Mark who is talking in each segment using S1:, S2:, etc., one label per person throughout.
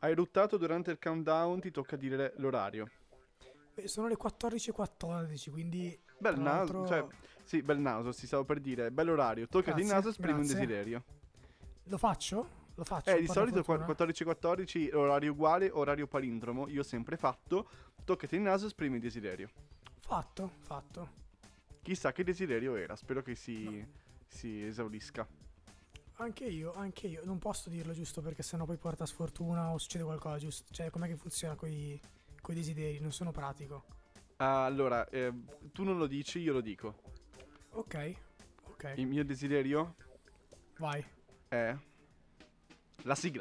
S1: Hai ruttato durante il countdown, ti tocca dire l'orario.
S2: Sono le 14:14, quindi
S1: Bel
S2: tra
S1: naso, cioè,
S2: l'altro...
S1: sì, bel naso, si stavo per dire, bell'orario. Toccati il naso,
S2: Grazie,
S1: esprimi un
S2: grazie.
S1: desiderio.
S2: Lo faccio? Lo faccio,
S1: Di
S2: per la
S1: solito
S2: fortuna.
S1: 14-14, orario uguale, orario palindromo. Io ho sempre fatto. Toccati il naso, esprimi il desiderio.
S2: Fatto, fatto.
S1: Chissà che desiderio era, spero che
S2: No,
S1: si esaurisca.
S2: anche io, anche io. Non posso dirlo giusto perché sennò poi porta sfortuna o succede qualcosa, giusto? Cioè, com'è che funziona coi desideri? Non sono pratico.
S1: Allora, tu non lo dici, io lo dico.
S2: Ok, ok,
S1: Il mio desiderio
S2: vai.
S1: è la sigla.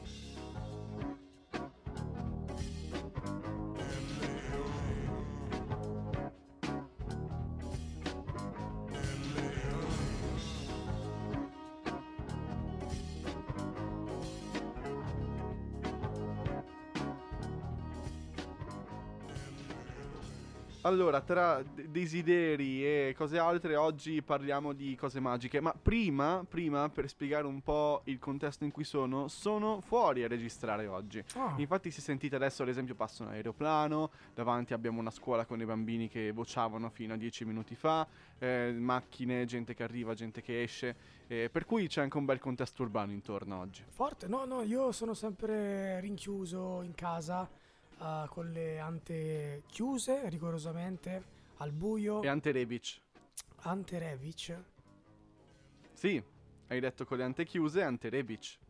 S1: Allora, tra desideri e cose altre, oggi parliamo di cose magiche. Ma prima, per spiegare un po' il contesto in cui sono fuori a registrare oggi.
S2: Ah,
S1: Infatti, se sentite adesso, ad esempio, passa un aeroplano, davanti abbiamo una scuola con i bambini che vociavano fino a 10 minuti fa, macchine, gente che arriva, gente che esce, per cui c'è anche un bel contesto urbano intorno oggi.
S2: forte. No, no, io sono sempre rinchiuso in casa con le ante chiuse rigorosamente, al
S1: E
S2: buio.
S1: Ante Rebic.
S2: Ante Revic.
S1: Sì, hai detto con le ante chiuse, Ante Rebic.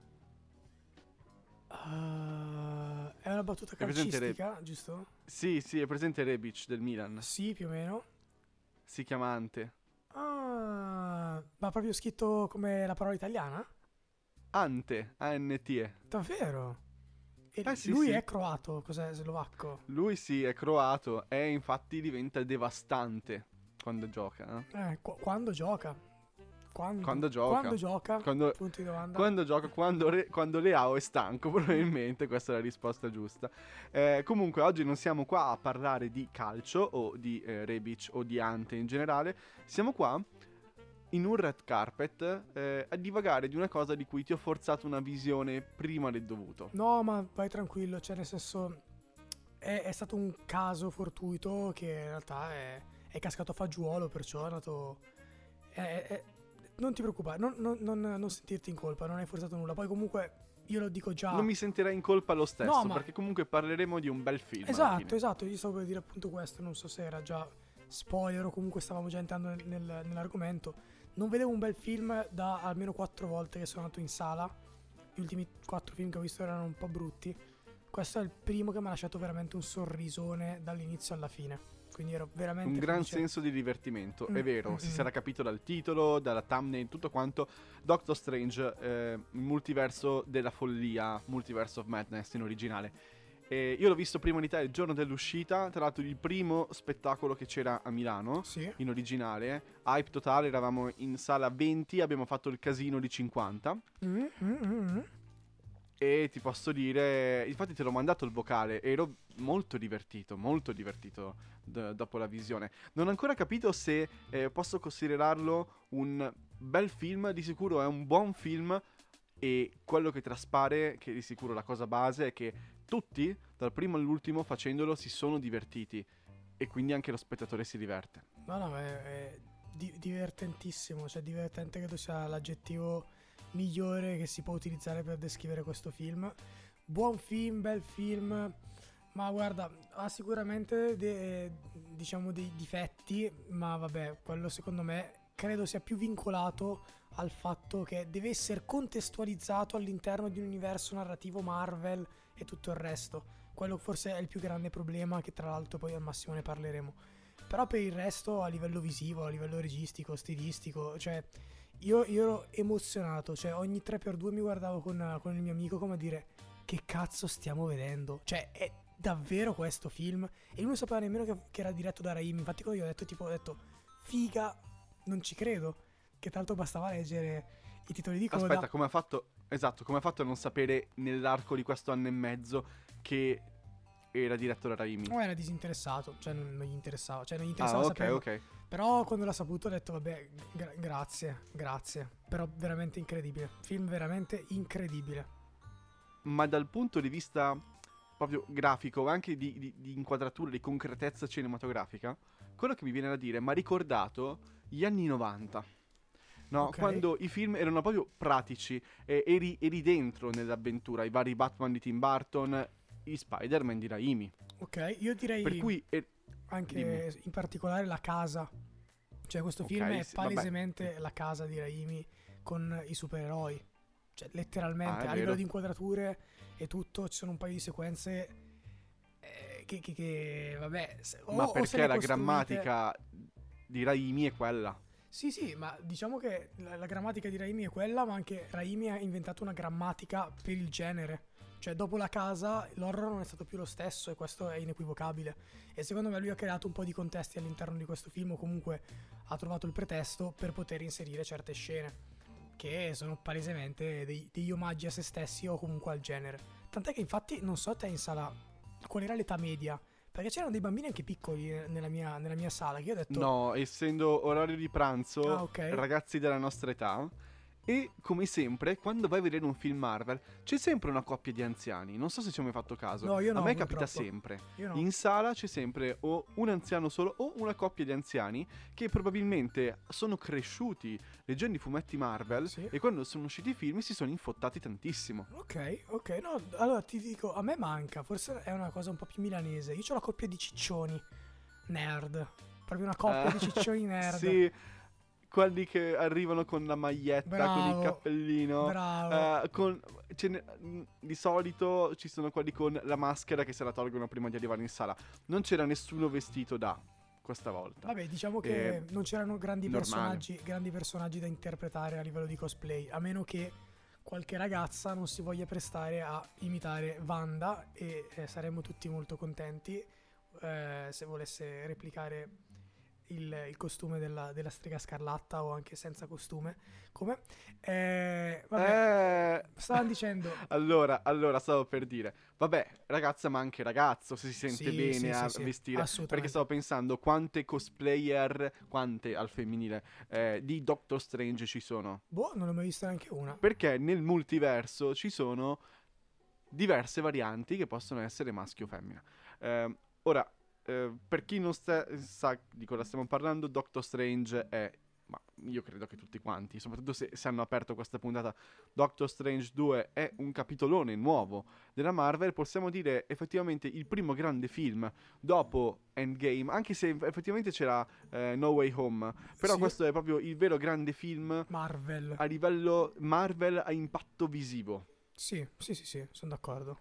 S2: È una battuta
S1: È presente
S2: calcistica, giusto?
S1: Sì, sì, è presente Rebic del Milan.
S2: Sì, più o meno.
S1: Si chiama Ante.
S2: Ah, ma proprio scritto come la parola italiana?
S1: Ante, A-N-T-E.
S2: Davvero? E
S1: Sì,
S2: lui
S1: sì.
S2: è croato, cos'è, slovacco?
S1: Lui sì, è croato e infatti diventa devastante quando gioca.
S2: Quando gioca? Quando?
S1: Quando gioca.
S2: Quando gioca?
S1: Quando,
S2: Punto di domanda.
S1: quando gioca, quando Leao è stanco, probabilmente questa è la risposta giusta. Comunque oggi non siamo qua a parlare di calcio o di Rebic o di Ante in generale. Siamo qua in un red carpet a divagare di una cosa di cui ti ho forzato una visione prima del dovuto.
S2: No, ma vai tranquillo, cioè nel senso è stato un caso fortuito che in realtà è cascato a fagiolo, perciò è andato... non ti preoccupare, non sentirti in colpa, non hai forzato nulla. Poi comunque io lo dico
S1: Non
S2: già.
S1: mi sentirei in colpa lo
S2: No,
S1: stesso,
S2: ma
S1: perché comunque parleremo di un bel film alla
S2: esatto,
S1: fine.
S2: esatto, io stavo per dire appunto questo, non so se era già spoiler o comunque stavamo già entrando nell'argomento. Non vedevo un bel film da almeno 4 volte che sono andato in sala. Gli ultimi 4 film che ho visto erano un po' brutti. Questo è il primo che mi ha lasciato veramente un sorrisone dall'inizio alla fine. Quindi ero
S1: Un
S2: veramente
S1: gran
S2: felice.
S1: senso di divertimento, è vero, si
S2: Mm.
S1: sarà capito dal titolo, dalla thumbnail, tutto quanto. Doctor Strange, il multiverso della follia, Multiverse of Madness in originale. Io l'ho visto prima di te il giorno dell'uscita, tra l'altro il primo spettacolo che c'era a Milano,
S2: Sì.
S1: in originale. Hype totale, eravamo in sala 20, abbiamo fatto il casino di 50.
S2: Mm.
S1: E ti posso dire, infatti te l'ho mandato il vocale, ero molto divertito dopo la visione. Non ho ancora capito se posso considerarlo un bel film, di sicuro è un buon film e quello che traspare, che di sicuro la cosa base, è che tutti, dal primo all'ultimo, facendolo si sono divertiti e quindi anche lo spettatore si diverte.
S2: No, è divertentissimo, cioè divertente credo sia l'aggettivo migliore che si può utilizzare per descrivere questo film. Buon film, bel film, ma guarda, ha sicuramente diciamo dei difetti, ma vabbè, quello secondo me credo sia più vincolato al fatto che deve essere contestualizzato all'interno di un universo narrativo Marvel e tutto il resto. Quello forse è il più grande problema, che tra l'altro poi al massimo ne parleremo. Però per il resto, a livello visivo, a livello registico, stilistico, cioè io ero emozionato, cioè ogni 3x2 mi guardavo con il mio amico come a dire che cazzo stiamo vedendo? Cioè è davvero questo film? E lui non sapeva nemmeno che era diretto da Raimi, infatti quando io ho detto figa, non ci credo, che tanto bastava leggere i titoli di coda.
S1: Aspetta, come ha fatto? Esatto, come ha fatto a non sapere nell'arco di questo anno e mezzo che era diretto da Raimi?
S2: O era disinteressato, cioè non gli interessava, cioè non gli
S1: Ah,
S2: interessava
S1: ok,
S2: saperlo.
S1: ok.
S2: Però quando l'ha saputo ho detto vabbè, grazie. Però veramente incredibile. Film veramente incredibile.
S1: ma dal punto di vista proprio grafico, anche di inquadratura, di concretezza cinematografica, quello che mi viene da dire, mi ha ricordato gli anni 90. No,
S2: Ok.
S1: quando i film erano proprio pratici, eri dentro nell'avventura, i vari Batman di Tim Burton, i Spider-Man di Raimi.
S2: Ok, io direi
S1: Per cui, dimmi.
S2: anche in particolare la casa. Cioè questo
S1: Ok,
S2: film è
S1: sì, vabbè.
S2: palesemente la casa di Raimi con i supereroi. Cioè letteralmente
S1: Ah, è
S2: a livello
S1: vero.
S2: di inquadrature e tutto ci sono un paio di sequenze che, vabbè,
S1: Ma
S2: o se
S1: perché
S2: le
S1: la
S2: costruite.
S1: grammatica di Raimi è quella?
S2: Sì, sì, ma diciamo che la grammatica di Raimi è quella, ma anche Raimi ha inventato una grammatica per il genere. Cioè, dopo la casa, l'horror non è stato più lo stesso e questo è inequivocabile. E secondo me lui ha creato un po' di contesti all'interno di questo film, o comunque ha trovato il pretesto per poter inserire certe scene, che sono palesemente degli omaggi a se stessi o comunque al genere. Tant'è che infatti, non so te in sala qual era l'età media, perché c'erano dei bambini anche piccoli nella mia sala, che io ho detto...
S1: No, essendo orario di
S2: Ah,
S1: pranzo,
S2: ok.
S1: ragazzi della nostra età. E come sempre, quando vai a vedere un film Marvel, c'è sempre una coppia di anziani. Non so se ci hai mai fatto caso.
S2: No, io
S1: A
S2: no,
S1: me capita
S2: purtroppo.
S1: sempre.
S2: Io no.
S1: In sala c'è sempre o un anziano solo o una coppia di anziani che probabilmente sono cresciuti leggendo i fumetti Marvel
S2: Sì.
S1: e quando sono usciti i film si sono infottati tantissimo.
S2: Ok, ok, no, allora ti dico, a me manca, forse è una cosa un po' più milanese. Io ho la coppia di ciccioni nerd, proprio una coppia di ciccioni nerd.
S1: Sì, quelli che arrivano con la maglietta, con il
S2: Bravo,
S1: cappellino.
S2: bravo.
S1: Di solito ci sono quelli con la maschera che se la tolgono prima di arrivare in sala. Non c'era nessuno vestito da questa volta.
S2: Vabbè, diciamo che non c'erano
S1: normale.
S2: grandi personaggi da interpretare a livello di cosplay, a meno che qualche ragazza non si voglia prestare a imitare Wanda e saremmo tutti molto contenti se volesse replicare il costume della strega scarlatta o anche senza costume. Come? Vabbè, stavano dicendo...
S1: Allora, stavo per dire, vabbè, ragazza ma anche ragazzo, se si sente
S2: Sì,
S1: bene a
S2: sì,
S1: vestire. Perché
S2: assolutamente.
S1: stavo pensando quante cosplayer, quante al femminile, di Doctor Strange ci sono.
S2: Boh, non ho mai visto neanche una.
S1: Perché nel multiverso ci sono diverse varianti che possono essere maschio o femmina. Ora, per chi non sa di cosa stiamo parlando, Doctor Strange è, ma io credo che tutti quanti, soprattutto se hanno aperto questa puntata, Doctor Strange 2 è un capitolone nuovo della Marvel, possiamo dire effettivamente il primo grande film dopo Endgame, anche se effettivamente c'era No Way Home, però
S2: Sì.
S1: questo è proprio il vero grande film
S2: Marvel.
S1: a livello Marvel a impatto visivo.
S2: Sì, sono d'accordo.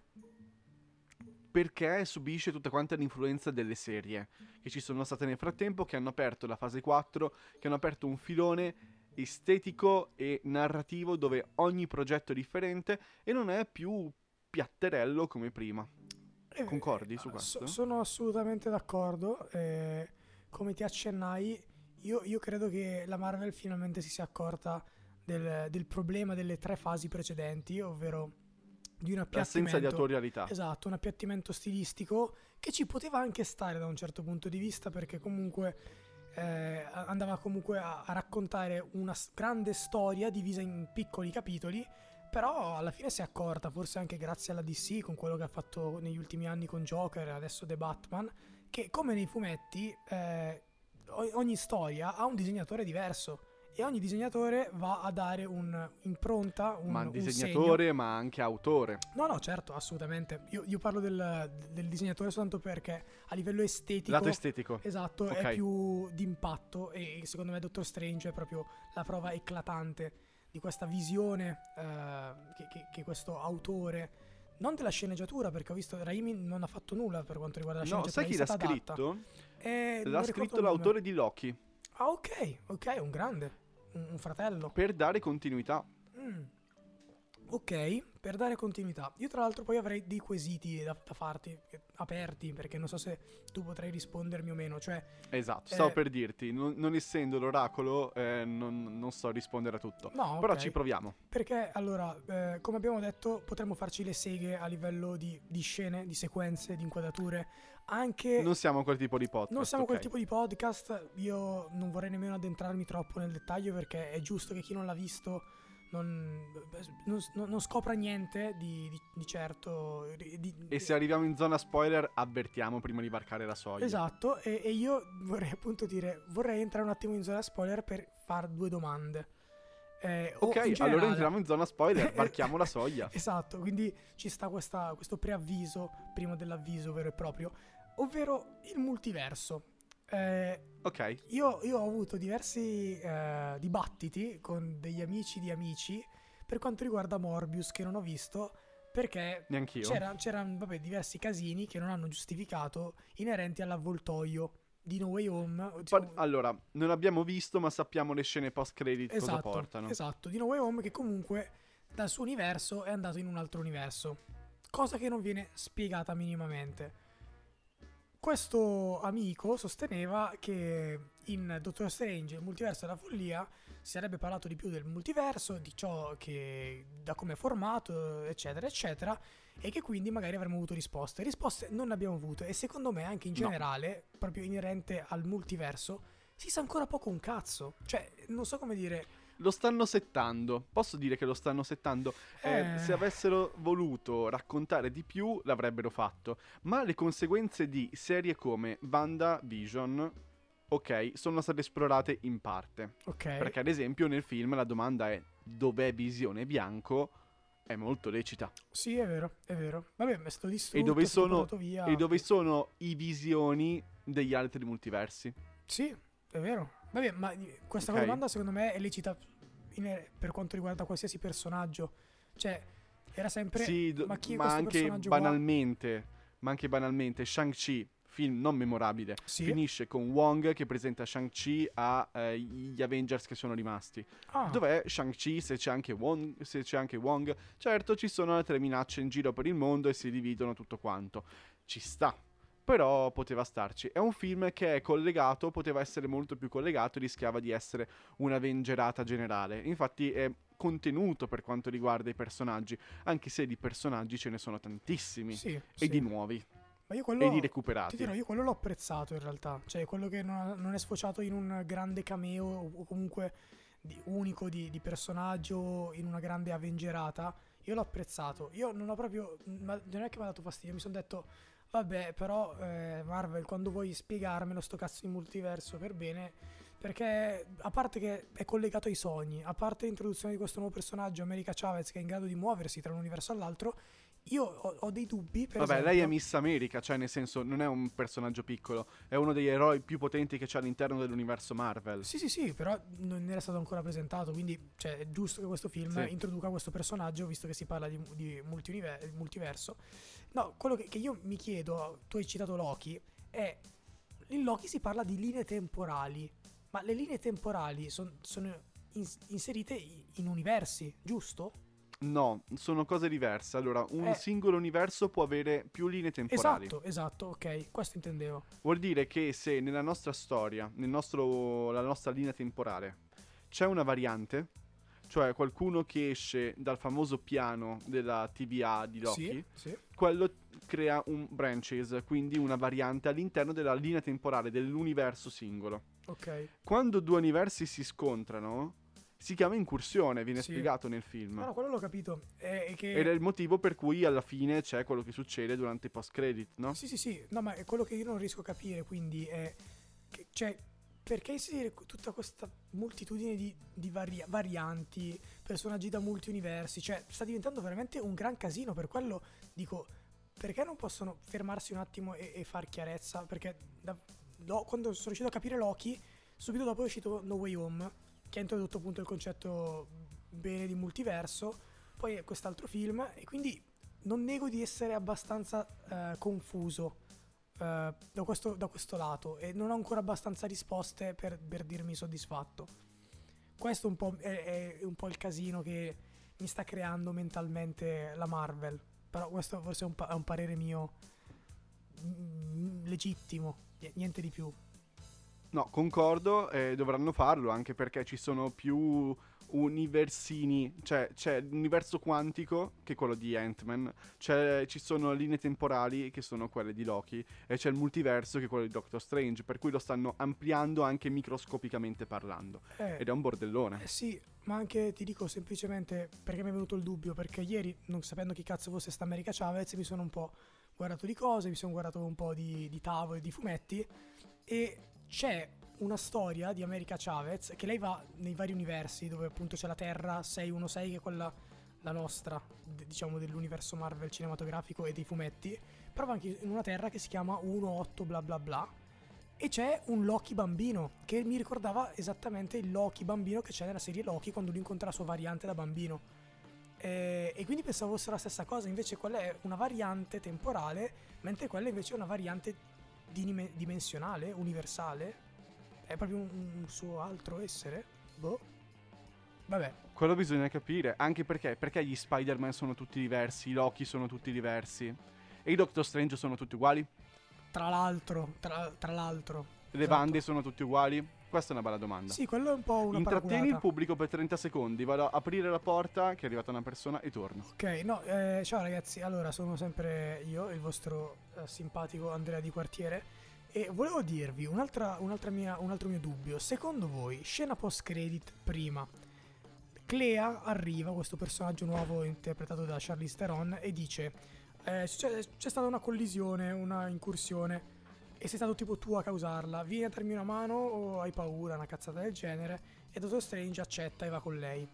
S1: Perché subisce tutta quanta l'influenza delle serie che ci sono state nel frattempo, che hanno aperto la fase 4, che hanno aperto un filone estetico e narrativo dove ogni progetto è differente e non è più piatterello come prima. Concordi su questo?
S2: Sono assolutamente d'accordo. Come ti accennai, io credo che la Marvel finalmente si sia accorta del problema delle 3 fasi precedenti, ovvero di un
S1: L'assenza di
S2: appiattimento.
S1: autorialità.
S2: Esatto, un appiattimento stilistico che ci poteva anche stare da un certo punto di vista, perché comunque andava comunque a raccontare una grande storia divisa in piccoli capitoli, però alla fine si è accorta, forse anche grazie alla DC con quello che ha fatto negli ultimi anni con Joker e adesso The Batman, che come nei fumetti ogni storia ha un disegnatore diverso e ogni disegnatore va a dare un'impronta,
S1: Ma
S2: un
S1: disegnatore,
S2: segno.
S1: ma anche autore.
S2: No, certo, assolutamente. Io parlo del disegnatore soltanto perché a livello estetico,
S1: Lato estetico.
S2: esatto,
S1: Ok.
S2: è più d'impatto e secondo me Doctor Strange è proprio la prova eclatante di questa visione che questo autore, non della sceneggiatura, perché ho visto Raimi non ha fatto nulla per quanto riguarda la
S1: No,
S2: sceneggiatura,
S1: sai chi
S2: è
S1: l'ha
S2: stata adatta.
S1: scritto?
S2: Non
S1: L'ha
S2: ricordo
S1: scritto
S2: il nome.
S1: l'autore di Loki,
S2: Ah, ok, un grande, un fratello.
S1: per dare continuità.
S2: Mm. Ok, per dare continuità. Io tra l'altro poi avrei dei quesiti da farti, aperti, perché non so se tu potrai rispondermi o meno. Cioè,
S1: Esatto, stavo per dirti, non essendo l'oracolo, non so rispondere a tutto.
S2: no,
S1: Però
S2: ok.
S1: ci proviamo.
S2: Perché allora, come abbiamo detto, potremmo farci le seghe a livello di scene, di sequenze, di inquadrature. Anche
S1: Non siamo quel tipo di podcast.
S2: non siamo
S1: ok?
S2: quel tipo di podcast. Io non vorrei nemmeno addentrarmi troppo nel dettaglio, perché è giusto che chi non l'ha visto non scopra niente di certo.
S1: E se arriviamo in zona spoiler, avvertiamo prima di varcare la soglia.
S2: Esatto, e io vorrei appunto dire, vorrei entrare un attimo in zona spoiler per fare 2 domande.
S1: Ok, allora entriamo in zona spoiler, varchiamo la soglia.
S2: Esatto, quindi ci sta questo preavviso prima dell'avviso vero e proprio, ovvero il multiverso.
S1: Ok.
S2: Io ho avuto diversi dibattiti con degli amici di amici per quanto riguarda Morbius, che non ho visto perché
S1: Neanch'io.
S2: c'erano diversi casini che non hanno giustificato inerenti all'avvoltoio di No Way Home.
S1: Allora, non abbiamo visto, ma sappiamo le scene post-credit cosa portano.
S2: Esatto, di No Way Home, che comunque dal suo universo è andato in un altro universo, cosa che non viene spiegata minimamente. Questo amico sosteneva che in Doctor Strange, il multiverso della follia, si sarebbe parlato di più del multiverso, di ciò che da come è formato, eccetera, eccetera, e che quindi magari avremmo avuto risposte. Risposte non ne abbiamo avute, e secondo me anche in generale, proprio inerente al multiverso, si sa ancora poco un cazzo. Cioè, non so come dire.
S1: Lo stanno settando. Posso dire che lo stanno settando? Se avessero voluto raccontare di più, l'avrebbero fatto. Ma le conseguenze di serie come WandaVision, ok, sono state esplorate in parte.
S2: Ok.
S1: Perché ad esempio nel film la domanda è: dov'è Visione Bianco? È molto lecita.
S2: Sì, è vero, è vero. Vabbè, è stato distrutto,
S1: E dove sono i visioni degli altri multiversi?
S2: Sì, è vero. Vabbè, ma questa domanda secondo me è lecita per quanto riguarda qualsiasi personaggio. Cioè, era sempre
S1: sì,
S2: ma chi è
S1: ma
S2: questo
S1: anche
S2: personaggio
S1: banalmente, ma anche banalmente Shang-Chi, film non memorabile, finisce con Wong che presenta Shang-Chi agli Avengers che sono rimasti. Dov'è Shang-Chi se c'è anche Wong? Certo, ci sono altre minacce in giro per il mondo e si dividono tutto quanto. Ci sta. Però poteva starci. È un film che è collegato, poteva essere molto più collegato, rischiava di essere una Avengerata generale. Infatti è contenuto per quanto riguarda i personaggi, anche se di personaggi ce ne sono tantissimi di nuovi.
S2: Ma io quello,
S1: e di recuperati.
S2: Ti dirò, io quello l'ho apprezzato in realtà. Cioè, quello che non è sfociato in un grande cameo o comunque unico di personaggio, in una grande Avengerata, io l'ho apprezzato. Io non ho proprio. Non è che mi ha dato fastidio, mi sono detto. Vabbè, però Marvel, quando vuoi spiegarmelo sto cazzo di multiverso per bene, perché a parte che è collegato ai sogni, a parte l'introduzione di questo nuovo personaggio, America Chavez, che è in grado di muoversi tra un universo all'altro, io ho dei dubbi, per esempio.
S1: Lei è Miss America, cioè nel senso non è un personaggio piccolo, è uno degli eroi più potenti che c'è all'interno dell'universo Marvel.
S2: Sì, però non era stato ancora presentato, quindi è giusto che questo film introduca questo personaggio, visto che si parla di multiverso. No, quello che io mi chiedo, tu hai citato Loki, è in Loki si parla di linee temporali, ma le linee temporali sono inserite in universi, giusto?
S1: No, sono cose diverse. Allora, un singolo universo può avere più linee temporali.
S2: Esatto, ok, questo intendevo.
S1: Vuol dire che se nella nostra storia, la nostra linea temporale, c'è una variante, cioè qualcuno che esce dal famoso piano della TVA di Loki, quello crea un branches, quindi una variante all'interno della linea temporale dell'universo singolo.
S2: Ok.
S1: Quando due universi si scontrano, si chiama incursione, viene spiegato nel film.
S2: No, quello l'ho capito.
S1: Ed è il motivo per cui alla fine c'è quello che succede durante i post-credit, no?
S2: Sì. No, ma è quello che io non riesco a capire, quindi è cioè, perché inserire tutta questa moltitudine di varianti, personaggi da multi-universi? Cioè, sta diventando veramente un gran casino. Per quello dico, perché non possono fermarsi un attimo e far chiarezza? Perché quando sono riuscito a capire Loki, subito dopo è uscito No Way Home, che ha introdotto appunto il concetto bene di multiverso, poi quest'altro film, e quindi non nego di essere abbastanza confuso da questo lato, e non ho ancora abbastanza risposte per dirmi soddisfatto. Questo è un po' il casino che mi sta creando mentalmente la Marvel, però questo forse è un parere mio legittimo, niente di più.
S1: No, concordo, dovranno farlo anche perché ci sono più universini, cioè c'è l'universo quantico che è quello di Ant-Man, ci sono linee temporali che sono quelle di Loki e c'è il multiverso che è quello di Doctor Strange, per cui lo stanno ampliando anche microscopicamente parlando ed è un bordellone.
S2: Sì, ma anche ti dico semplicemente perché mi è venuto il dubbio, perché ieri, non sapendo chi cazzo fosse sta America Chavez, mi sono un po' guardato di cose, mi sono guardato un po' di tavoli, di fumetti, e c'è una storia di America Chavez che lei va nei vari universi dove appunto c'è la Terra 616 che è quella la nostra, diciamo dell'universo Marvel cinematografico e dei fumetti, però va anche in una Terra che si chiama 18 bla bla bla e c'è un Loki bambino che mi ricordava esattamente il Loki bambino che c'è nella serie Loki quando lui incontra la sua variante da bambino. E quindi pensavo fosse la stessa cosa, invece quella è una variante temporale, mentre quella invece è una variante dimensionale, universale. È proprio un suo altro essere? Boh. Vabbè.
S1: Quello bisogna capire, anche perché gli Spider-Man sono tutti diversi, i Loki sono tutti diversi e i Doctor Strange sono tutti uguali?
S2: Tra l'altro.
S1: Le bande sono tutti uguali? Questa è una bella domanda.
S2: Sì, quello è un po' una
S1: Intrattieni
S2: paraculata.
S1: il pubblico per 30 secondi, vado a aprire la porta che è arrivata una persona e torno.
S2: Ok, no, ciao ragazzi, allora sono sempre io, il vostro simpatico Andrea Di Quartiere. E volevo dirvi un altro mio dubbio. Secondo voi, scena post credit prima, Clea arriva, questo personaggio nuovo interpretato da Charlize Theron, e dice c'è stata una collisione, una incursione e sei stato tipo tu a causarla, vieni a darmi una mano o hai paura, una cazzata del genere, e Doctor Strange accetta e va con lei.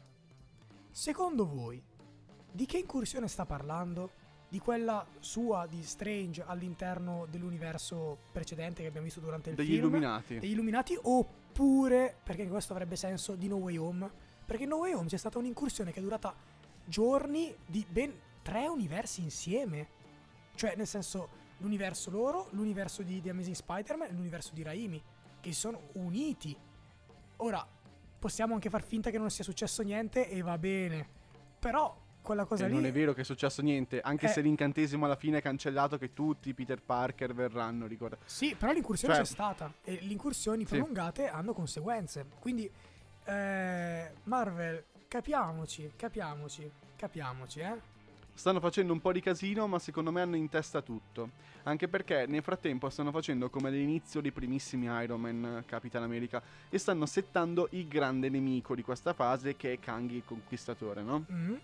S2: Secondo voi, di che incursione sta parlando? Di quella sua di Strange all'interno dell'universo precedente che abbiamo visto durante il
S1: Degli
S2: film
S1: Illuminati.
S2: degli Illuminati, oppure, perché questo avrebbe senso, di No Way Home, perché in No Way Home c'è stata un'incursione che è durata giorni di ben 3 universi insieme, cioè nel senso l'universo loro, l'universo di Amazing Spider-Man e l'universo di Raimi, che si sono uniti. Ora possiamo anche far finta che non sia successo niente e va bene, però quella cosa lì
S1: non è vero che è successo niente, anche se l'incantesimo alla fine è cancellato che tutti i Peter Parker verranno, ricorda.
S2: Sì, però l'incursione c'è stata e le incursioni prolungate hanno conseguenze. Quindi Marvel, capiamoci,
S1: Stanno facendo un po' di casino, ma secondo me hanno in testa tutto. Anche perché nel frattempo stanno facendo come all'inizio dei primissimi Iron Man, Capitan America, e stanno settando il grande nemico di questa fase che è Kang il Conquistatore, no?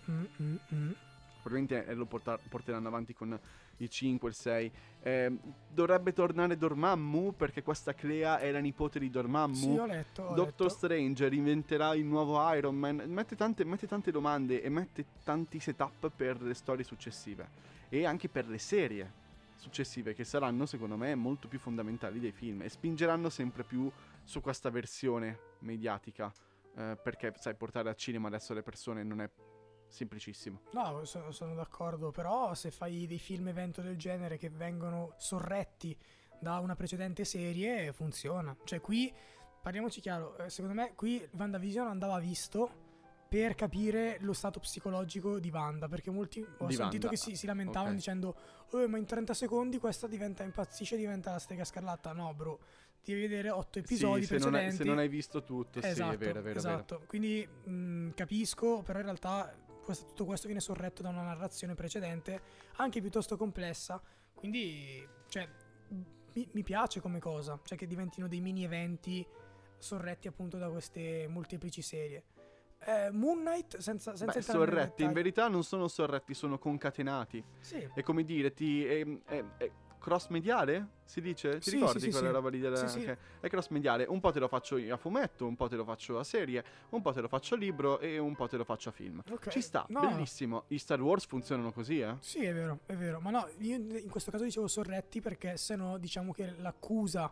S1: Probabilmente lo porteranno avanti con il 5, il 6. Dovrebbe tornare Dormammu, perché questa Clea è la nipote di Dormammu.
S2: Sì, ho letto.
S1: Doctor Strange reinventerà il nuovo Iron Man. Mette tante domande e mette tanti setup per le storie successive. E anche per le serie successive, che saranno, secondo me, molto più fondamentali dei film. E spingeranno sempre più su questa versione mediatica. Perché, sai, portare al cinema adesso le persone non è semplicissimo.
S2: No, sono d'accordo, però se fai dei film evento del genere che vengono sorretti da una precedente serie, funziona. Cioè qui, parliamoci chiaro, secondo me qui WandaVision andava visto per capire lo stato psicologico di Wanda, perché molti ho sentito che si lamentavano dicendo ma in 30 secondi questa impazzisce, diventa la strega scarlatta. No bro, devi vedere 8 episodi precedenti.
S1: Se non hai visto tutto,
S2: esatto,
S1: sì, è vero.
S2: Esatto, quindi capisco, però in realtà tutto questo viene sorretto da una narrazione precedente anche piuttosto complessa, quindi cioè mi piace come cosa, cioè che diventino dei mini eventi sorretti appunto da queste molteplici serie. Moon Knight senza
S1: sorretti, in verità non sono sorretti, sono concatenati.
S2: Sì.
S1: È come dire, è cross mediale? Si dice? Ti ricordi quella roba lì della...
S2: Sì.
S1: È cross mediale, un po' te lo faccio a fumetto, un po' te lo faccio a serie, un po' te lo faccio a libro e un po' te lo faccio a film. Ci sta, bellissimo. I Star Wars funzionano così, eh?
S2: Sì, è vero, ma no, io in questo caso dicevo sorretti perché se no diciamo che l'accusa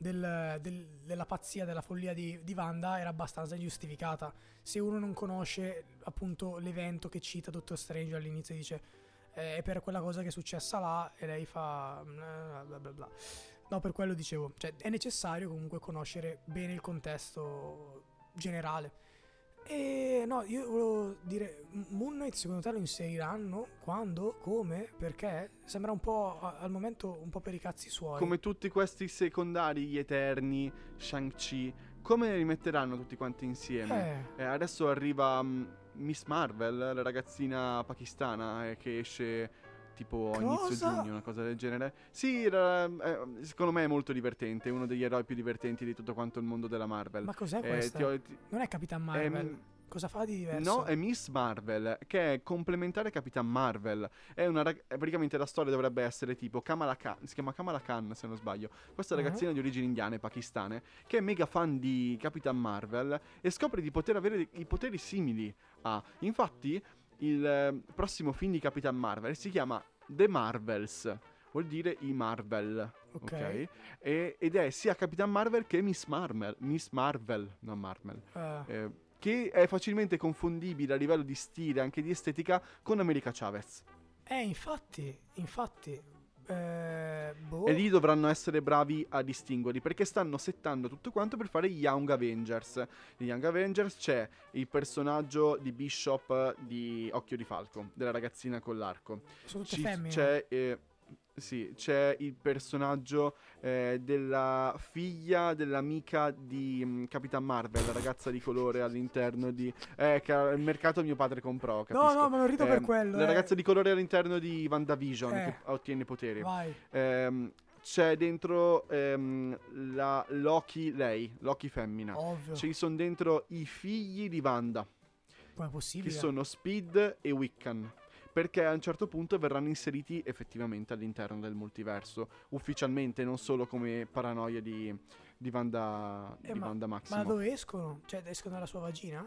S2: della pazzia, della follia di Wanda era abbastanza giustificata. Se uno non conosce appunto l'evento che cita Doctor Strange all'inizio, dice è per quella cosa che è successa là, e lei fa bla bla bla. No, per quello dicevo, cioè è necessario comunque conoscere bene il contesto generale. E no, io volevo dire, Moon Knight secondo te lo inseriranno? Quando? Come? Perché? Sembra un po' al momento un po' per i cazzi suoi.
S1: Come tutti questi secondari, gli Eterni, Shang-Chi, come li metteranno tutti quanti insieme? Adesso arriva Miss Marvel, la ragazzina pakistana che esce tipo a inizio giugno, una cosa del genere. Sì, secondo me è molto divertente, è uno degli eroi più divertenti di tutto quanto il mondo della Marvel.
S2: Ma cos'è questa? Non è Capitan Marvel? Cosa fa di diverso?
S1: No, è Miss Marvel, che è complementare a Capitan Marvel. Praticamente la storia dovrebbe essere tipo Kamala Khan, si chiama Kamala Khan se non sbaglio. Questa ragazzina di origini indiane, pakistane, che è mega fan di Capitan Marvel e scopre di poter avere i poteri simili a. Infatti, il prossimo film di Capitan Marvel si chiama The Marvels, vuol dire i Marvel, ok? Ed è sia Capitan Marvel che Miss Marvel, non Marvel. Che è facilmente confondibile a livello di stile, anche di estetica, con America Chavez.
S2: Infatti.
S1: E lì dovranno essere bravi a distinguerli, perché stanno settando tutto quanto per fare gli Young Avengers. Negli Young Avengers c'è il personaggio di Bishop di Occhio di Falco, della ragazzina con l'arco.
S2: Sono tutte femmine.
S1: C'è il personaggio della figlia dell'amica di Capitan Marvel, la ragazza di colore all'interno di. Che il mercato mio padre comprò. Capisco.
S2: No, ma non rido per quello.
S1: La ragazza di colore all'interno di WandaVision che ottiene poteri.
S2: Vai.
S1: C'è dentro la Loki femmina.
S2: Ovvio.
S1: Ci sono dentro i figli di Wanda.
S2: Come è possibile?
S1: Che sono Speed e Wiccan. Perché a un certo punto verranno inseriti effettivamente all'interno del multiverso, ufficialmente, non solo come paranoia di Wanda Maximoff.
S2: Ma dove escono? Cioè, escono dalla sua vagina?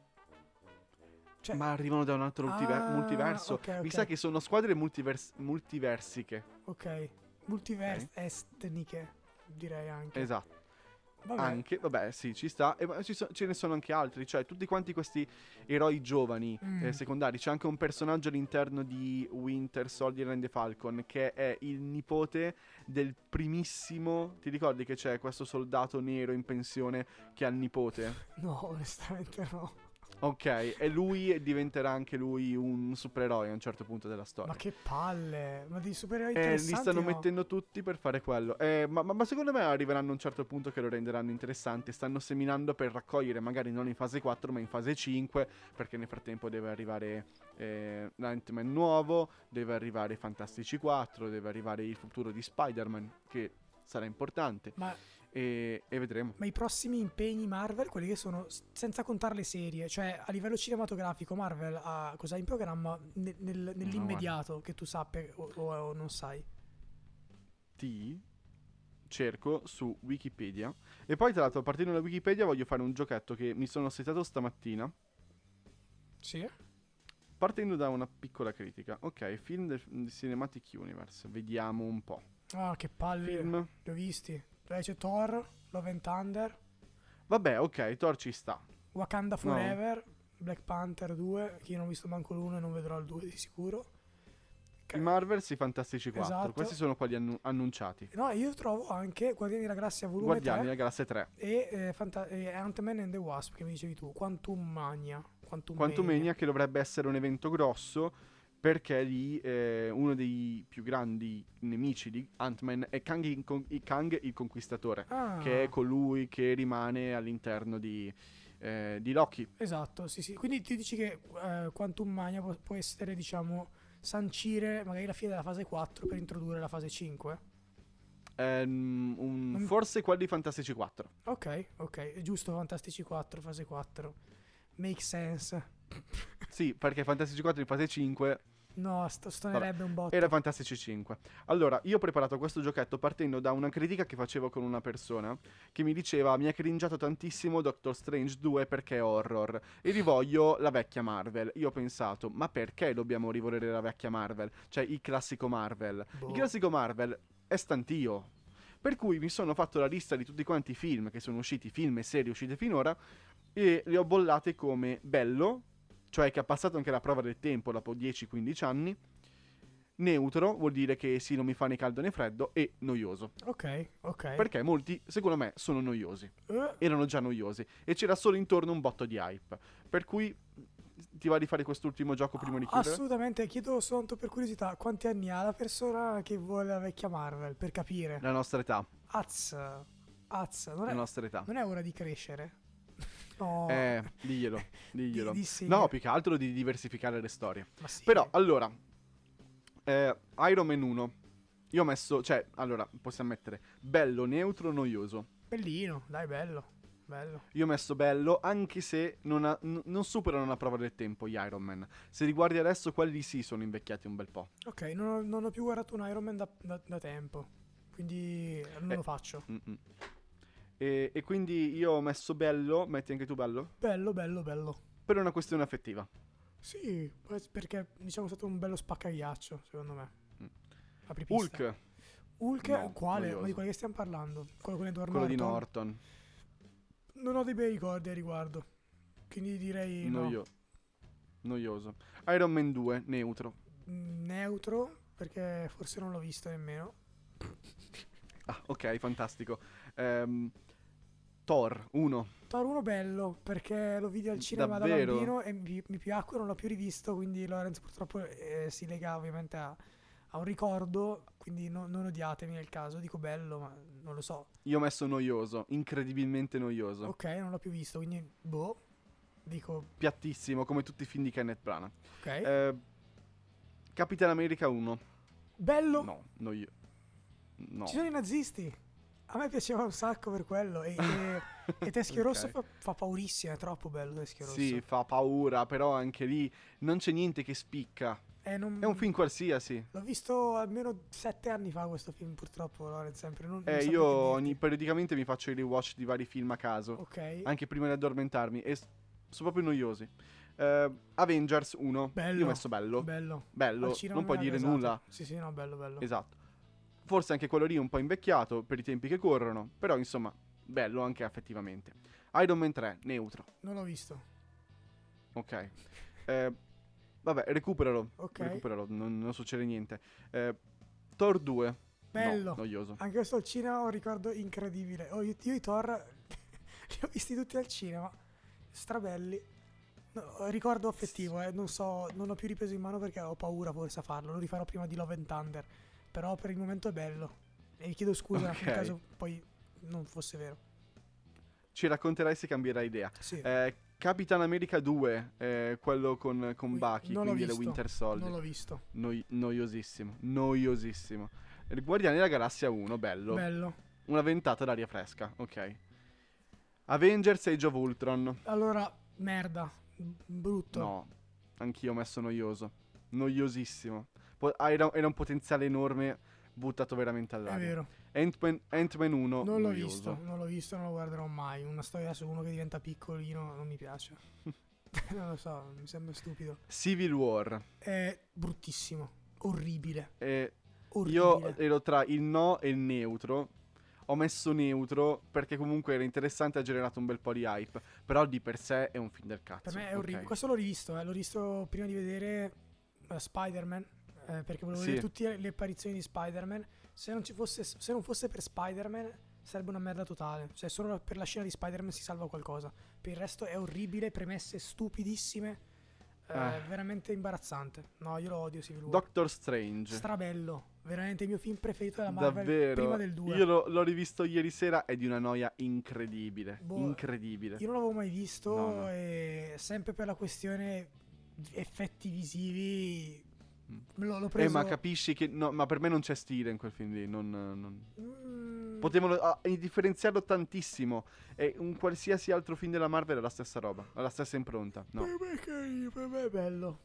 S1: Ma arrivano da un altro multiverso.
S2: Okay.
S1: Mi sa che sono squadre multiversiche.
S2: Ok, multiverse-estniche, direi anche.
S1: Esatto.
S2: Vabbè.
S1: Sì, ci sta. E ce ne sono anche altri. Cioè, tutti quanti questi eroi giovani secondari. C'è anche un personaggio all'interno di Winter Soldier and the Falcon, che è il nipote del primissimo. Ti ricordi che c'è questo soldato nero in pensione che ha il nipote?
S2: No, onestamente no.
S1: Ok, e lui diventerà anche lui un supereroe a un certo punto della storia.
S2: Ma che palle! Ma di supereroi interessanti,
S1: li stanno mettendo tutti per fare quello. Ma secondo me arriveranno a un certo punto che lo renderanno interessante. Stanno seminando per raccogliere, magari non in fase 4 ma in fase 5, perché nel frattempo deve arrivare l'Ant-Man nuovo, deve arrivare i Fantastici 4, deve arrivare il futuro di Spider-Man, che sarà importante. E vedremo.
S2: Ma i prossimi impegni Marvel, quelli che sono, senza contare le serie, cioè a livello cinematografico Marvel ha cosa in programma nell'immediato, che tu sappia o non sai?
S1: Ti cerco su Wikipedia. E poi tra l'altro, partendo da Wikipedia, voglio fare un giochetto che mi sono setato stamattina.
S2: Sì?
S1: Partendo da una piccola critica. Ok, film del Cinematic Universe. Vediamo un po'.
S2: Ah, che palle.
S1: Film.
S2: Li ho visti. C'è Thor, Love and Thunder.
S1: Vabbè, ok, Thor ci sta.
S2: Wakanda Forever, Black Panther 2, che io non ho visto manco l'1 e non vedrò il 2 di sicuro.
S1: I Marvels, i Fantastici 4.
S2: Esatto.
S1: Questi sono quelli annunciati.
S2: No, io trovo anche Guardiani della Galassia volume
S1: Guardiani
S2: 3
S1: della Galassia 3
S2: e Ant-Man and the Wasp, che mi dicevi tu, Quantumania
S1: che dovrebbe essere un evento grosso, perché lì uno dei più grandi nemici di Ant-Man è Kang il Conquistatore, che è colui che rimane all'interno di Loki.
S2: Esatto, sì. Quindi ti dici che Quantum Mania può essere, diciamo, sancire magari la fine della fase 4 per introdurre la fase 5?
S1: Forse quelli di Fantastici 4.
S2: Ok, giusto, Fantastici 4, fase 4. Make sense.
S1: Sì, perché Fantastici 4 in fase 5...
S2: No, stonerebbe un botto.
S1: Era Fantastici 5. Allora, io ho preparato questo giochetto partendo da una critica che facevo con una persona che mi diceva: mi ha cringiato tantissimo Doctor Strange 2 perché è horror e rivoglio la vecchia Marvel. Io ho pensato: ma perché dobbiamo rivolere la vecchia Marvel? Cioè il classico Marvel. Il classico Marvel è stantio. Per cui mi sono fatto la lista di tutti quanti i film che sono usciti, film e serie uscite finora, e li ho bollate come bello, cioè che ha passato anche la prova del tempo dopo 10-15 anni, Neutro vuol dire che sì, non mi fa né caldo né freddo, e noioso.
S2: Ok.
S1: Perché molti, secondo me, sono noiosi.
S2: Eh,
S1: Erano già noiosi. E c'era solo intorno un botto di hype. Per cui ti va di fare quest'ultimo gioco prima di chiudere?
S2: Assolutamente, chiedo soltanto per curiosità, quanti anni ha la persona che vuole la vecchia Marvel, per capire.
S1: La nostra età.
S2: Az,
S1: La nostra età.
S2: non è ora di crescere? No,
S1: Diglielo.
S2: di sì.
S1: No, più che altro di diversificare le storie.
S2: Ma sì.
S1: Però, allora, Iron Man 1. Io ho messo, cioè, allora, possiamo mettere bello, neutro, noioso.
S2: Bellino, dai, bello.
S1: Io ho messo bello, anche se non superano la prova del tempo gli Iron Man. Se li guardi adesso, quelli sì sono invecchiati un bel po'.
S2: Ok, non ho più guardato un Iron Man da tempo, quindi non lo faccio.
S1: Mm-mm. E quindi io ho messo bello, metti anche tu bello?
S2: Bello.
S1: Per una questione affettiva.
S2: Sì, perché diciamo è stato un bello spaccaghiaccio, secondo me.
S1: Mm.
S2: Apripista. Hulk,
S1: No,
S2: quale?
S1: noioso.
S2: Ma di quale che stiamo parlando? Quello con Edward
S1: Quello di
S2: Norton?
S1: Norton.
S2: Non ho dei bei ricordi a riguardo. Quindi direi no.
S1: Noioso. Iron Man 2, neutro.
S2: Neutro, perché forse non l'ho visto nemmeno.
S1: Ah, ok, fantastico. Thor 1.
S2: Thor 1 bello, perché lo vidi al cinema da
S1: Davvero?
S2: bambino e mi piacque, non l'ho più rivisto, quindi Lorenzo purtroppo si lega ovviamente a un ricordo, quindi non odiatemi nel caso, dico bello, ma non lo so.
S1: Io ho messo noioso, incredibilmente noioso.
S2: Ok, non l'ho più visto, quindi dico
S1: Piattissimo, come tutti i film di Kenneth Branagh.
S2: ok.
S1: Capitan America 1.
S2: Bello,
S1: No, no.
S2: ci sono i nazisti. A me piaceva un sacco per quello e Teschio
S1: Ok.
S2: Rosso fa paurissimo, è troppo bello Teschio Rosso.
S1: Sì, fa paura, però anche lì non c'è niente che spicca. È un film qualsiasi.
S2: L'ho visto almeno 7 anni fa questo film, purtroppo, Lorenz, sempre. Non saprei
S1: Io
S2: che dirti.
S1: periodicamente mi faccio i rewatch di vari film a caso,
S2: Ok.
S1: anche prima di addormentarmi, e sono proprio noiosi. Avengers 1.
S2: Bello.
S1: Io ho messo bello.
S2: Al cinema
S1: Non puoi
S2: mi ha
S1: dire
S2: gasato.
S1: nulla.
S2: Sì, no, bello.
S1: Esatto. Forse anche quello lì è un po' invecchiato per i tempi che corrono, però insomma, bello anche affettivamente. Iron Man 3, neutro.
S2: Non l'ho visto.
S1: Ok. Vabbè, recuperalo.
S2: Ok.
S1: Recuperalo, non succede niente. Thor 2.
S2: Bello.
S1: No, noioso.
S2: Anche questo al cinema ho un ricordo incredibile. Io i Thor li ho visti tutti al cinema. Strabelli. No, ricordo affettivo, non so, non ho più ripreso in mano perché ho paura forse a farlo. Lo rifarò prima di Love and Thunder. Però per il momento è bello. E vi chiedo scusa
S1: Ok.
S2: nel caso poi non fosse vero.
S1: Ci racconterai se cambierai idea.
S2: Sì.
S1: Capitan America 2, quello con Bucky,
S2: Non l'ho
S1: quindi le
S2: visto,
S1: Winter Soldier.
S2: Non l'ho visto.
S1: Noiosissimo. Guardiani della Galassia 1, bello. Una ventata d'aria fresca, ok. Avengers Age of Ultron.
S2: Allora, merda. Brutto.
S1: No, anch'io ho messo noioso. Noiosissimo. Era un potenziale enorme, buttato veramente
S2: È
S1: all'aria.
S2: vero.
S1: Ant-Man 1,
S2: Non l'ho
S1: noioso.
S2: visto, non lo guarderò mai. Una storia su uno che diventa piccolino non mi piace. Non lo so, mi sembra stupido.
S1: Civil War.
S2: È bruttissimo. Orribile.
S1: Io ero tra il no e il neutro. Ho messo neutro perché comunque era interessante e ha generato un bel po' di hype. Però di per sé è un film del cazzo.
S2: Per me è orribile.
S1: Ok.
S2: Questo l'ho rivisto, l'ho rivisto prima di vedere Spider-Man. Perché volevo vedere tutte le apparizioni di Spider-Man. Se non fosse per Spider-Man sarebbe una merda totale. Cioè solo per la scena di Spider-Man si salva qualcosa. Per il resto è orribile, premesse stupidissime. Veramente imbarazzante. No, io lo odio Civil War.
S1: Doctor Strange.
S2: Strabello. Veramente il mio film preferito della Marvel.
S1: Davvero.
S2: Prima del 2.
S1: Io l'ho rivisto ieri sera, è di una noia incredibile. Incredibile.
S2: Io non l'avevo mai visto.
S1: No.
S2: E sempre per la questione effetti visivi l'ho preso.
S1: Ma capisci che no, ma per me non c'è stile in quel film lì. Potevano differenziarlo tantissimo. E un qualsiasi altro film della Marvel è la stessa roba, ha la stessa impronta. No.
S2: Per me è bello.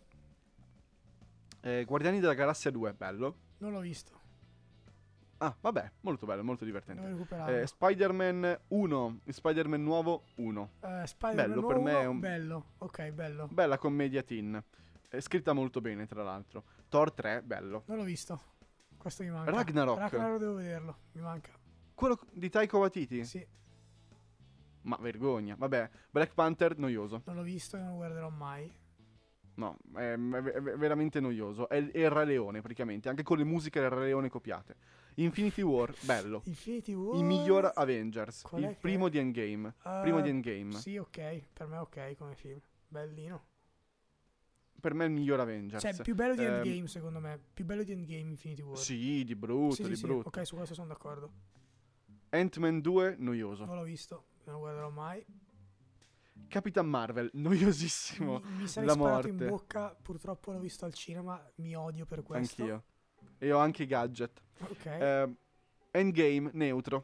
S1: Guardiani della Galassia 2, bello.
S2: Non l'ho visto.
S1: Ah, vabbè, molto bello, molto divertente.
S2: Devo recuperarlo.
S1: Spider-Man 1, Spider-Man nuovo 1.
S2: Spider-Man
S1: bello,
S2: nuovo,
S1: per me è un...
S2: bello. Ok, bello.
S1: Bella commedia teen. È scritta molto bene, tra l'altro. Thor 3, bello.
S2: Non l'ho visto. Questo mi manca.
S1: Ragnarok
S2: devo vederlo. Mi manca.
S1: Quello di Taika Waititi?
S2: Sì.
S1: Ma vergogna. Vabbè, Black Panther, noioso.
S2: Non l'ho visto e non lo guarderò mai.
S1: No, è veramente noioso. È il Re Leone, praticamente, anche con le musiche del Re Leone copiate. Infinity War, bello.
S2: Infinity
S1: Il miglior
S2: War...
S1: Avengers,
S2: Qual
S1: il
S2: è che
S1: primo
S2: è?
S1: di Endgame. Primo di Endgame.
S2: Sì, ok, per me è ok come film. Bellino.
S1: Per me è il miglior
S2: Cioè,
S1: Avengers.
S2: più bello di Endgame, secondo me. Più bello di Endgame Infinity War.
S1: Sì, di
S2: Sì,
S1: brutto,
S2: sì,
S1: di
S2: sì.
S1: brutto.
S2: Ok, su questo sono d'accordo.
S1: Ant-Man 2, noioso.
S2: Non l'ho visto, non lo guarderò mai.
S1: Capitan Marvel, noiosissimo.
S2: Mi sarei
S1: La
S2: sparato in
S1: morte.
S2: bocca, purtroppo l'ho visto al cinema, mi odio per questo.
S1: Anch'io. E ho anche i gadget.
S2: Ok.
S1: Endgame, neutro.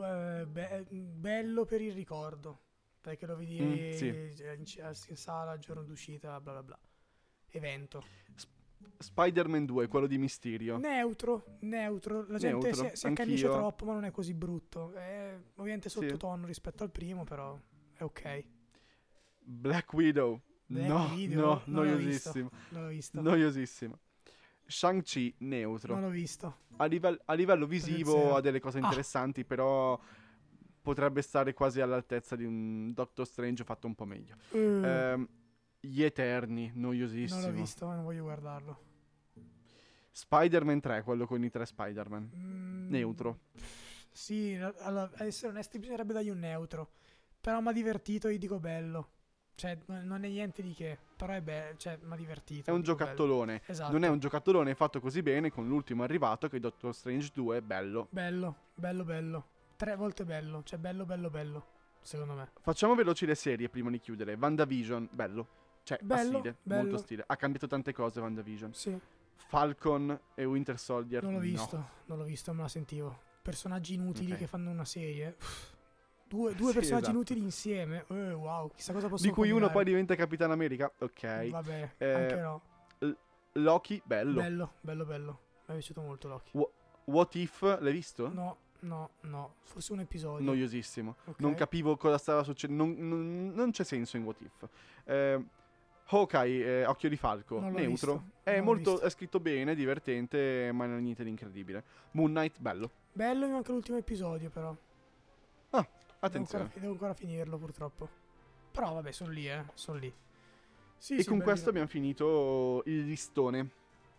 S2: Bello per il ricordo, perché lo vedi
S1: Sì.
S2: in sala il giorno d'uscita, bla bla bla. Evento.
S1: Spider-Man 2, quello di Mysterio.
S2: Neutro. La gente
S1: Neutro,
S2: si accanisce
S1: anch'io.
S2: troppo, ma non è così brutto. È ovviamente
S1: Sì.
S2: sottotono rispetto al primo, però è ok.
S1: Black Widow.
S2: Black
S1: No,
S2: Widow, non l'ho visto.
S1: noiosissimo.
S2: Non l'ho visto.
S1: Noiosissimo. Shang-Chi,
S2: Non
S1: neutro.
S2: l'ho visto.
S1: A livello visivo
S2: Zero.
S1: ha delle cose interessanti, però potrebbe stare quasi all'altezza di un Doctor Strange fatto un po' meglio. Gli Eterni, noiosissimo.
S2: Non l'ho visto, ma non voglio guardarlo.
S1: Spider-Man 3, quello con i 3 Spider-Man. Neutro.
S2: Sì, allora, a essere onesti bisognerebbe dargli un neutro. Però mi ha divertito, io dico bello. Cioè, non è niente di che, però è bello, cioè, mi ha divertito.
S1: È un
S2: dico
S1: giocattolone.
S2: bello. Esatto.
S1: Non è un giocattolone fatto così bene con l'ultimo arrivato che è Doctor Strange 2 è bello.
S2: Bello. 3 volte bello, cioè bello, secondo me.
S1: Facciamo veloci le serie prima di chiudere. WandaVision, bello. Cioè,
S2: Bello,
S1: ha stile,
S2: bello.
S1: molto stile. Ha cambiato tante cose WandaVision.
S2: Sì,
S1: Falcon e Winter Soldier.
S2: non l'ho
S1: no.
S2: visto, me la sentivo. Personaggi inutili
S1: Ok.
S2: che fanno una serie. Due
S1: Sì,
S2: personaggi
S1: esatto.
S2: inutili insieme. Wow, chissà cosa possono
S1: Di cui uno
S2: combinare.
S1: poi diventa Capitan America. Ok.
S2: Vabbè, anche no.
S1: Loki, bello.
S2: Bello. Mi è piaciuto molto Loki.
S1: What If, l'hai visto?
S2: No. Forse un episodio.
S1: Noiosissimo.
S2: Ok.
S1: Non capivo cosa stava succedendo. Non c'è senso in What If. Hawkeye, Occhio di Falco,
S2: Non l'ho
S1: neutro.
S2: visto,
S1: È
S2: non l'ho
S1: molto
S2: visto.
S1: è scritto bene, divertente, ma non è niente di incredibile. Moon Knight, bello.
S2: Bello, mi manca l'ultimo episodio però.
S1: Attenzione.
S2: Devo ancora finirlo purtroppo. Però vabbè, sono lì. Sì,
S1: E
S2: sì,
S1: con
S2: bellino.
S1: questo abbiamo finito il listone.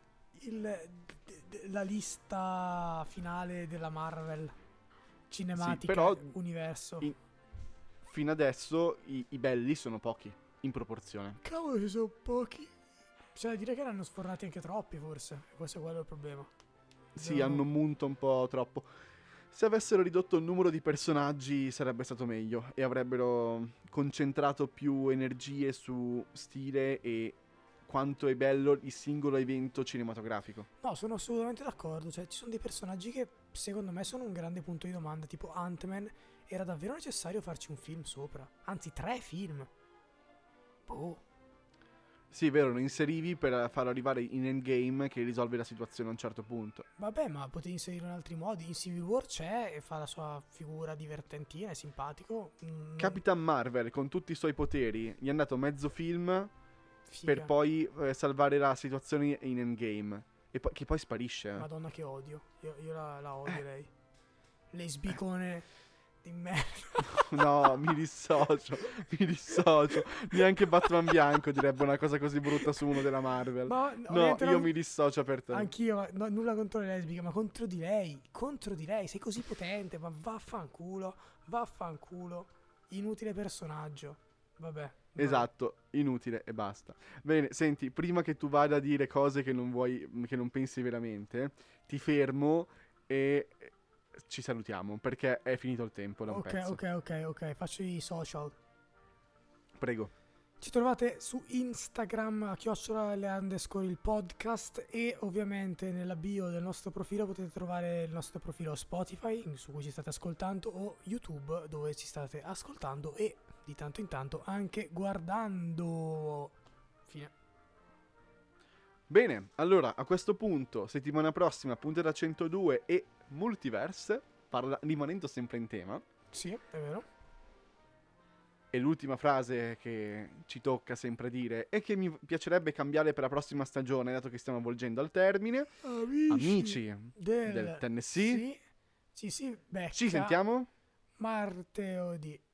S2: La lista finale della Marvel cinematica
S1: Sì, però
S2: universo.
S1: Fino adesso i belli sono pochi in proporzione.
S2: Cavolo, ci sono pochi. Cioè, direi che ne hanno sfornati anche troppi, forse. Questo è quello il problema.
S1: Sì, hanno munto un po' troppo. Se avessero ridotto il numero di personaggi sarebbe stato meglio e avrebbero concentrato più energie su stile e quanto è bello il singolo evento cinematografico.
S2: No, sono assolutamente d'accordo. Cioè, ci sono dei personaggi che secondo me sono un grande punto di domanda. Tipo Ant-Man. Era davvero necessario farci un film sopra? Anzi, 3 film. Boh.
S1: Sì, è vero, lo inserivi per farlo arrivare in Endgame che risolve la situazione a un certo punto.
S2: Vabbè, ma potevi inserirlo in altri modi. In Civil War c'è e fa la sua figura divertentina, è simpatico.
S1: Capitan Marvel con tutti i suoi poteri gli è andato mezzo film
S2: Figa.
S1: per poi salvare la situazione in Endgame. E che poi sparisce.
S2: Madonna che odio. Io la odio lei. Lesbicone di merda.
S1: No, mi dissocio. Neanche Batman Bianco direbbe una cosa così brutta su uno della Marvel.
S2: Ma,
S1: No, io mi dissocio per te.
S2: Anch'io, nulla contro le lesbiche, ma contro di lei. Sei così potente, ma vaffanculo. Inutile personaggio. Vabbè.
S1: Esatto, inutile e basta. Bene, senti, prima che tu vada a dire cose che non vuoi, che non pensi veramente, ti fermo e ci salutiamo perché è finito il tempo da un pezzo.
S2: Ok, faccio i social.
S1: Prego.
S2: Ci trovate su Instagram a @il podcast e ovviamente nella bio del nostro profilo potete trovare il nostro profilo Spotify su cui ci state ascoltando o YouTube dove ci state ascoltando e di tanto in tanto anche guardando. Fine.
S1: Bene, allora a questo punto, settimana prossima, puntata 102 e Multiverse, rimanendo sempre in tema.
S2: Sì, è vero.
S1: E l'ultima frase che ci tocca sempre dire e che mi piacerebbe cambiare per la prossima stagione, dato che stiamo volgendo al termine. Amici del Tennessee.
S2: Sì, becca.
S1: Ci sentiamo?
S2: Martedì.